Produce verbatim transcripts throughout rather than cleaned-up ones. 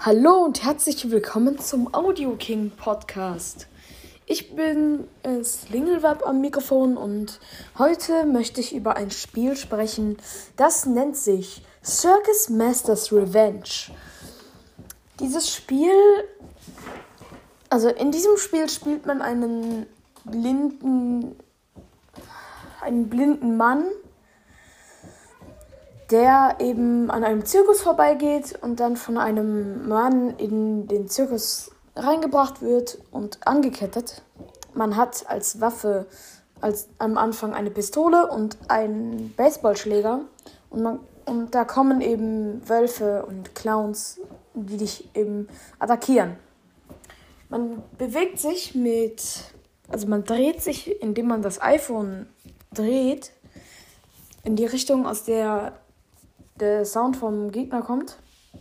Hallo und herzlich willkommen zum Audio King Podcast. Ich bin äh, Slingelwab am Mikrofon und heute möchte ich über ein Spiel sprechen, das nennt sich Circus Masters Revenge. Dieses Spiel, also in diesem Spiel spielt man einen blinden, einen blinden Mann, der eben an einem Zirkus vorbeigeht und dann von einem Mann in den Zirkus reingebracht wird und angekettet. Man hat als Waffe als am Anfang eine Pistole und einen Baseballschläger und, man, und da kommen eben Wölfe und Clowns, die dich eben attackieren. Man bewegt sich mit, also man dreht sich, indem man das iPhone dreht, in die Richtung, aus der der Sound vom Gegner kommt.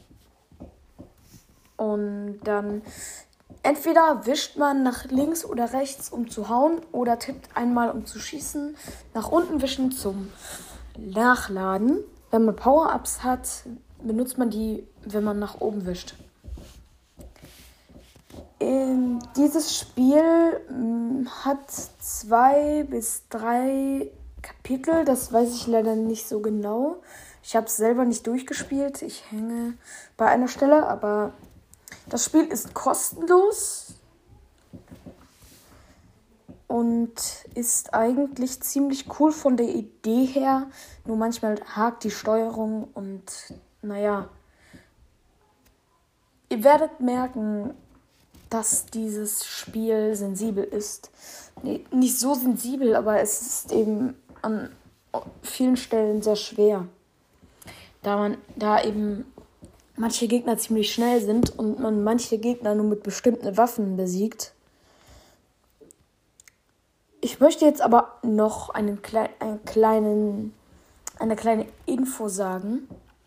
Und dann entweder wischt man nach links oder rechts, um zu hauen, oder tippt einmal, um zu schießen. Nach unten wischen zum Nachladen. Wenn man Power-Ups hat, benutzt man die, wenn man nach oben wischt. Ähm, dieses Spiel mh, hat zwei bis drei Kapitel, das weiß ich leider nicht so genau. Ich habe es selber nicht durchgespielt. Ich hänge bei einer Stelle, aber das Spiel ist kostenlos und ist eigentlich ziemlich cool von der Idee her. Nur manchmal hakt die Steuerung und naja, ihr werdet merken, dass dieses Spiel sensibel ist. Nee, nicht so sensibel, aber es ist eben an vielen Stellen sehr schwer. Da man da eben manche Gegner ziemlich schnell sind und man manche Gegner nur mit bestimmten Waffen besiegt. Ich möchte jetzt aber noch einen, klei- einen kleinen, eine kleine Info sagen.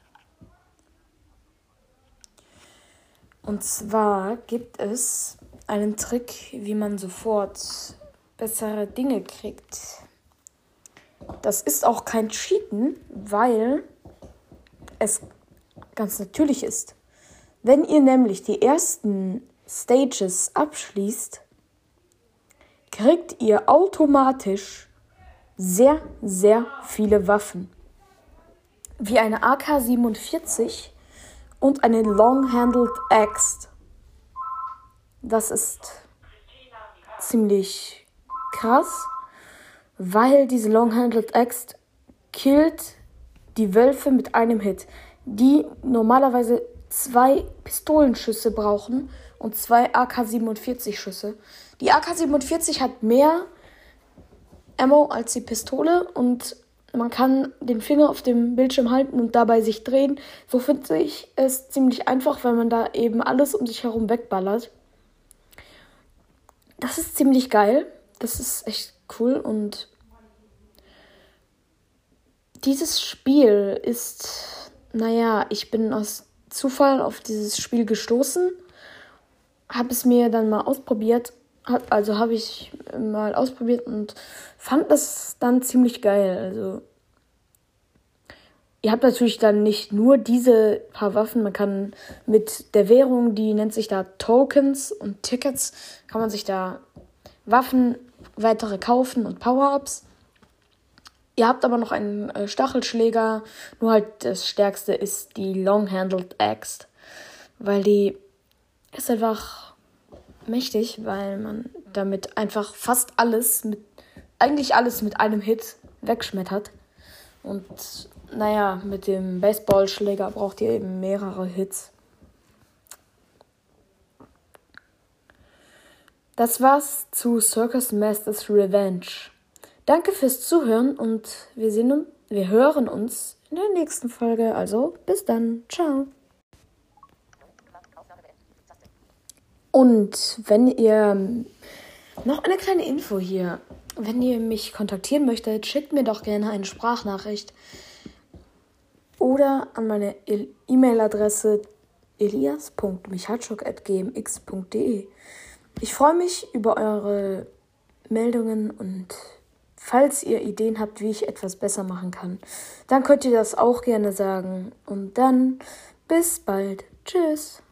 Und zwar gibt es einen Trick, wie man sofort bessere Dinge kriegt. Das ist auch kein Cheaten, weil es ganz natürlich ist. Wenn ihr nämlich die ersten Stages abschließt, kriegt ihr automatisch sehr, sehr viele Waffen. Wie eine A K siebenundvierzig und eine Long-Handled Axe. Das ist ziemlich krass, weil diese Long-Handled Axe killt die Wölfe mit einem Hit, die normalerweise zwei Pistolenschüsse brauchen und zwei A K siebenundvierzig Schüsse. Die A K siebenundvierzig hat mehr Ammo als die Pistole und man kann den Finger auf dem Bildschirm halten und dabei sich drehen. So finde ich es ziemlich einfach, weil man da eben alles um sich herum wegballert. Das ist ziemlich geil. Das ist echt cool und dieses Spiel ist, naja, ich bin aus Zufall auf dieses Spiel gestoßen, habe es mir dann mal ausprobiert, hab, also habe ich mal ausprobiert und fand das dann ziemlich geil. Also ihr habt natürlich dann nicht nur diese paar Waffen, man kann mit der Währung, die nennt sich da Tokens und Tickets, kann man sich da Waffen, weitere kaufen und Power-Ups. Ihr habt aber noch einen äh, Stachelschläger, nur halt das Stärkste ist die Long-Handled Axe, weil die ist einfach mächtig, weil man damit einfach fast alles, mit eigentlich alles mit einem Hit wegschmettert. Und naja, mit dem Baseballschläger braucht ihr eben mehrere Hits. Das war's zu Circus Masters Revenge. Danke fürs Zuhören und wir sehen uns, wir hören uns in der nächsten Folge. Also bis dann. Ciao. Und wenn ihr noch eine kleine Info hier, wenn ihr mich kontaktieren möchtet, schickt mir doch gerne eine Sprachnachricht oder an meine E-Mail-Adresse elias punkt michalczuk at g m x punkt d e. Ich freue mich über eure Meldungen und falls ihr Ideen habt, wie ich etwas besser machen kann, dann könnt ihr das auch gerne sagen. Und dann bis bald. Tschüss.